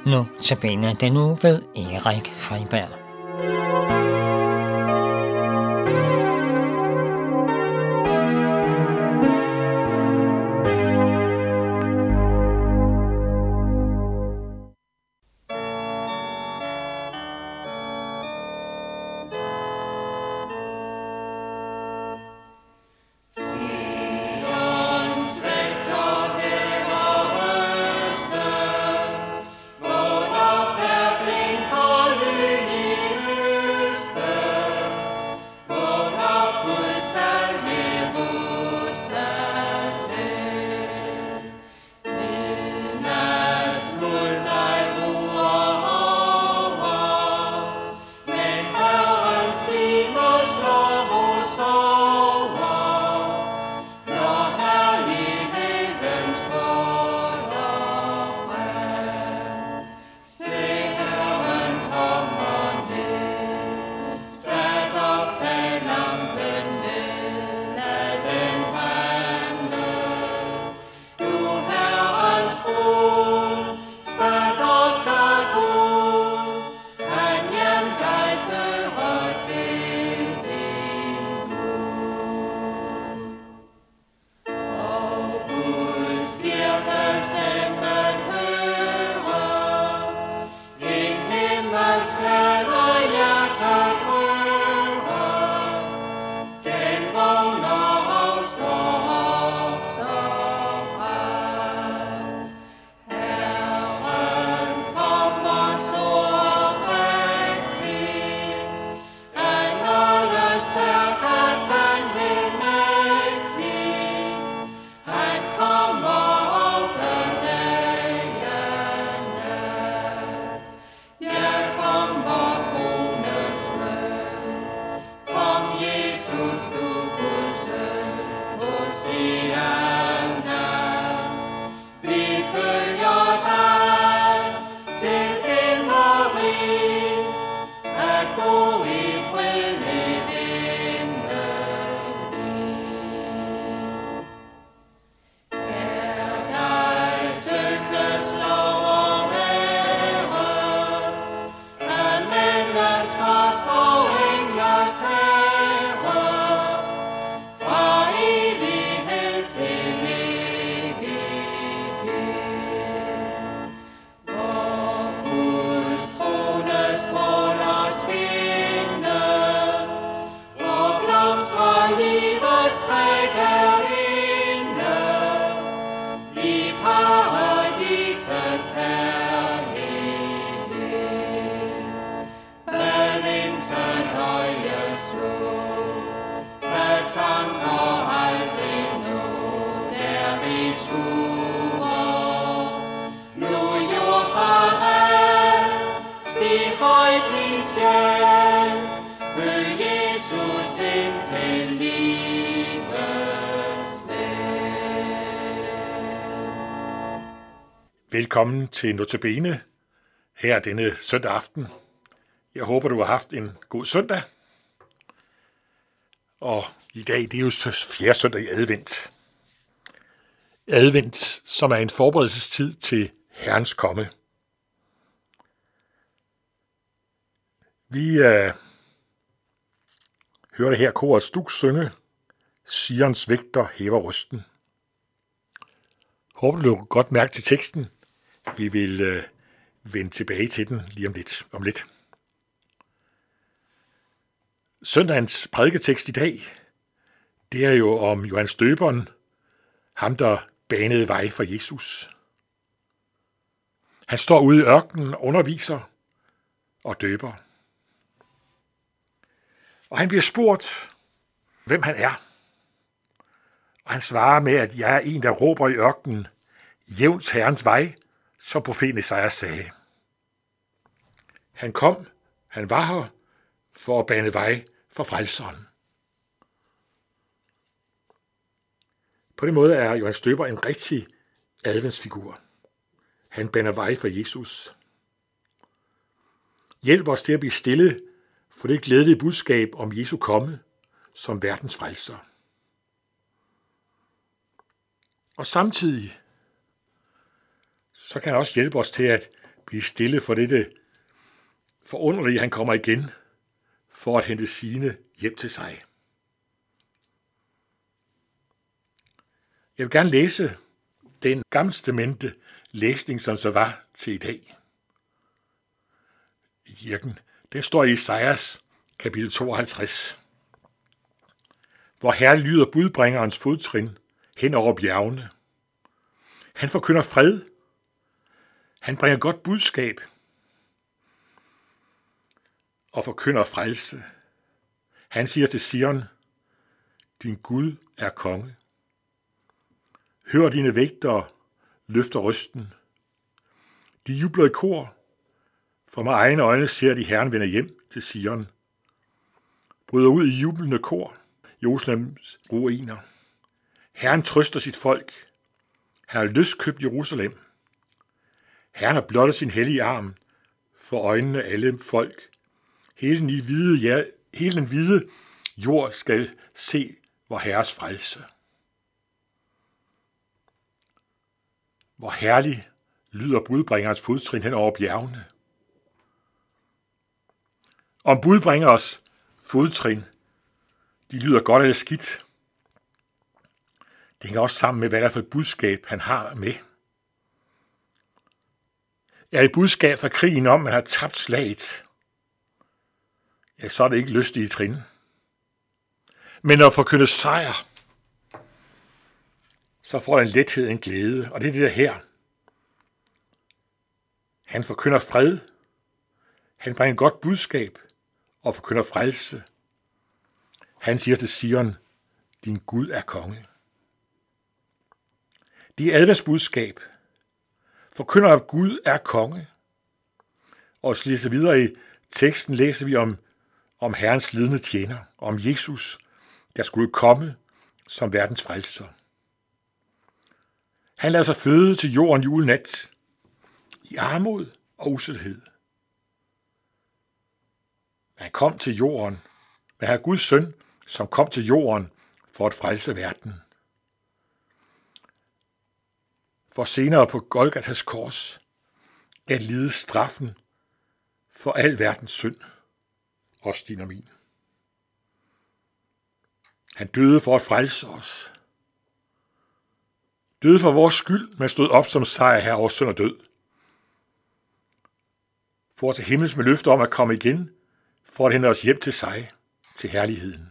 Nu tabiner den nu ved Erik Freiberg. Velkommen til Notabene her denne søndag aften. Jeg håber, du har haft en god søndag. Og i dag, det er jo fjerde søndag i advent. Advent, som er en forberedelsestid til Herrens komme. Vi hørte her korets duk synge, Sions vægter hæver røsten. Håber du godt mærke til teksten. Vi vil vende tilbage til den lige om lidt. Søndagens prædiketekst i dag, det er jo om Johannes Døberen, ham der banede vej for Jesus. Han står ude i ørkenen og underviser og døber. Og han bliver spurgt, hvem han er. Og han svarer med, at jeg er en, der råber i ørkenen, jævnt Herrens vej, som profeten Esajas sagde. Han kom, han var her, for at bane vej for frelseren. På den måde er Johannes Døber en rigtig adventsfigur. Han baner vej for Jesus. Hjælp os til at blive stille for det glædelige budskab om Jesu komme som verdens frelser. Og samtidig så kan han også hjælpe os til at Bliv stille for dette forunderlige, han kommer igen for at hente sine hjem til sig. Jeg vil gerne læse den gammeltestamentet læsning, som så var til i dag i kirken. Den står i Esajas kapitel 52, hvor herlig lyder budbringerens fodtrin hen over bjergene. Han forkynder fred. Han bringer godt budskab og forkynder frelse. Han siger til Sion, din Gud er konge. Hør dine vægtere løfter røsten. De jubler i kor. For med egne øjne ser de Herren vender hjem til Sion. Bryder ud i jublende kor, Jerusalems ruiner. Herren trøster sit folk. Han har løskøbt Jerusalem. Herren har blottet sin hellige arm for øjnene af alle folk. Hele den hvide jord skal se vor Herres frelse. Hvor herlig lyder budbringerens fodtrin hen over bjergene. Om budbringeres fodtrin, de lyder godt eller skidt. Det hænger også sammen med, hvad der er for et budskab, han har med. Er et budskab fra krigen om, at man har tabt slaget, ja, så er det ikke lystige trin. Men når forkyndes sejr, så får en lethed, en glæde, og det er det der her. Han forkynder fred, han bringer godt budskab og forkynder frelse. Han siger til Sion, din Gud er konge. Det er adventsbudskab. Forkynder, at Gud er konge. Og så læser videre i teksten, læser vi om Herrens lidende tjener, om Jesus, der skulle komme som verdens frelser. Han lader sig føde til jorden julenat i armod og uselhed. Han kom til jorden, men han er Guds søn, som kom til jorden for at frelse verden. For senere på Golgatas kors at lide straffen for al verdens synd, også din og min. Han døde for at frelse os. Døde for vores skyld, men stod op som sejrherre over synd og død. For til himmels med løfter om at komme igen, for at hente os hjem til sig, til herligheden.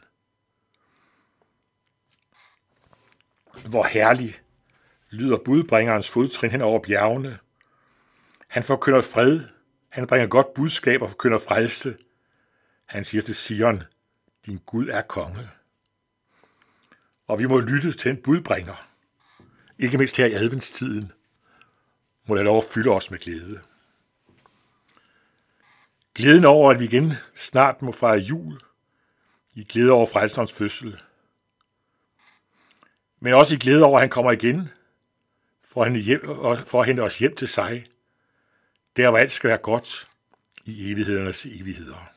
Hvor herlig lyder budbringerens fodtrin hen over bjergene. Han forkynder fred, han bringer godt budskab og forkynder frelse. Han siger til Sion, din Gud er konge. Og vi må lytte til en budbringer. Ikke mindst her i adventstiden må det have lov at fylde os med glæde. Glæden over, at vi igen snart må fejre jul, i glæde over frelserens fødsel. Men også i glæde over, at han kommer igen, for at hente os hjem til sig, der hvor alt skal være godt i evighedernes evigheder.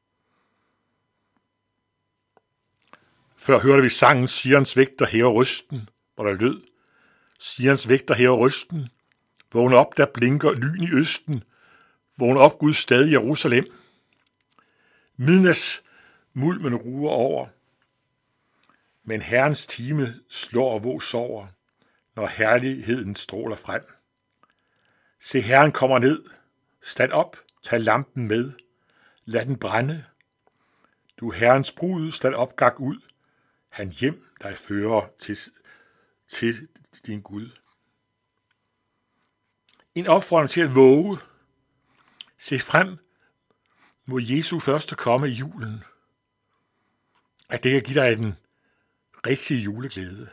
Før hørte vi sangen Sions vægter hæver røsten, hvor der lød, Sions vægter hæver røsten, vågn op, der blinker lyn i østen, vågn op, Guds stad i Jerusalem. Midnads mulmen ruer over, men Herrens time slår og våg sover, når herligheden stråler frem. Se, Herren kommer ned, stand op, tag lampen med, lad den brænde. Du Herrens brud, stand op, gak ud, han hjem dig fører til din Gud. En opfordring til at våge. Se frem mod Jesu første komme i julen. At det kan give dig den rigtige juleglæde.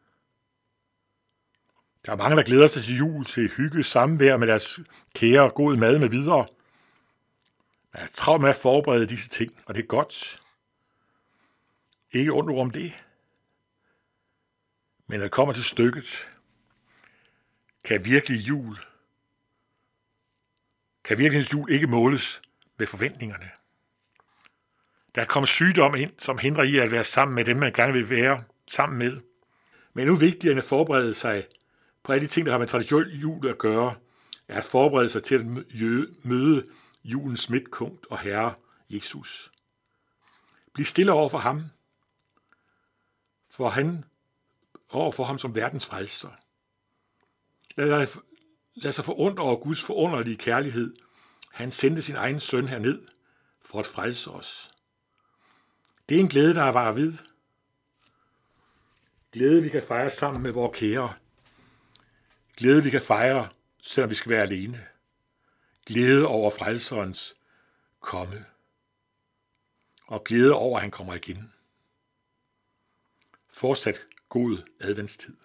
Der er mange, der glæder sig til jul, til hygge, samvær med deres kære, god mad med videre. Man er travlt med at forberede disse ting, og det er godt. Ikke ondt ord om det. Men når det kommer til stykket, kan virkelig jul ikke måles med forventningerne. Der er kommet sygdom ind, som hindrer i at være sammen med dem, man gerne vil være sammen med. Men nu vigtigere end at forberede sig på alle de ting, der har med traditionel jul at gøre, er at forberede sig til at møde julens midtpunkt og Herre Jesus. Bliv stille over for ham, over for ham som verdens frelser. Lad sig forundre over Guds forunderlige kærlighed. Han sendte sin egen søn herned for at frelse os. Det er en glæde, der er varer ved. Glæde, vi kan fejre sammen med vores kære. Glæde, vi kan fejre, selvom vi skal være alene. Glæde over frelserens komme. Og glæde over, at han kommer igen. Fortsat god adventstid.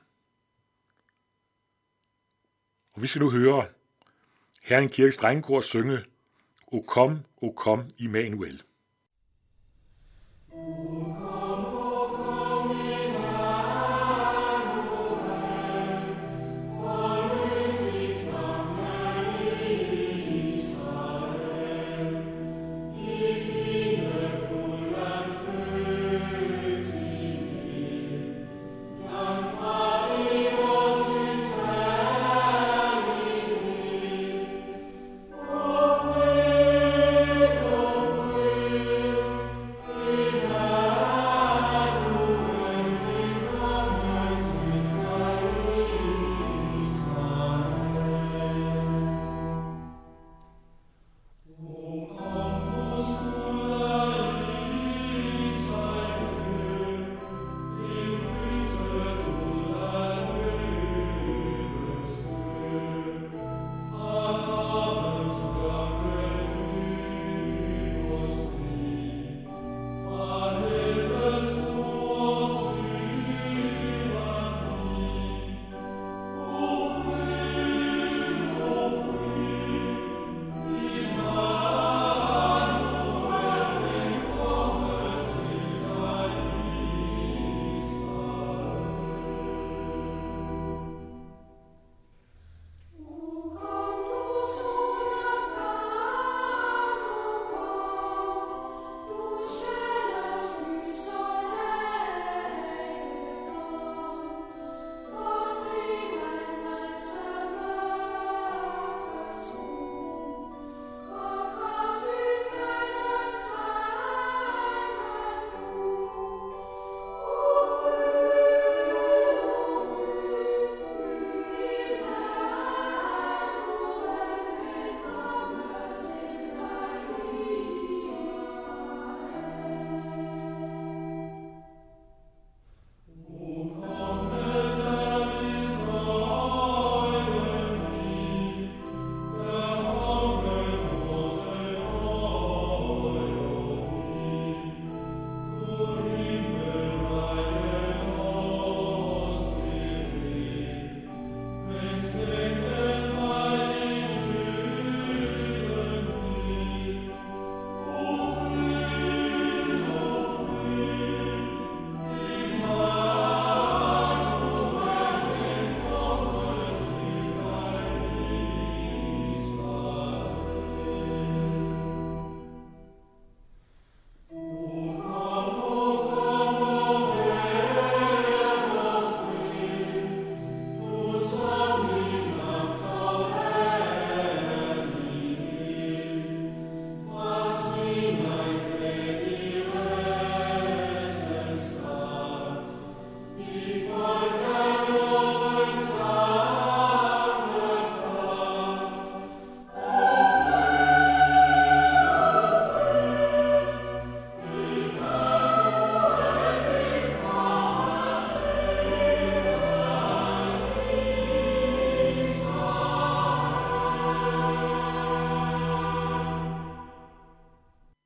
Og vi skal nu høre Herning Kirkes Drengekor synge O kom, Immanuel.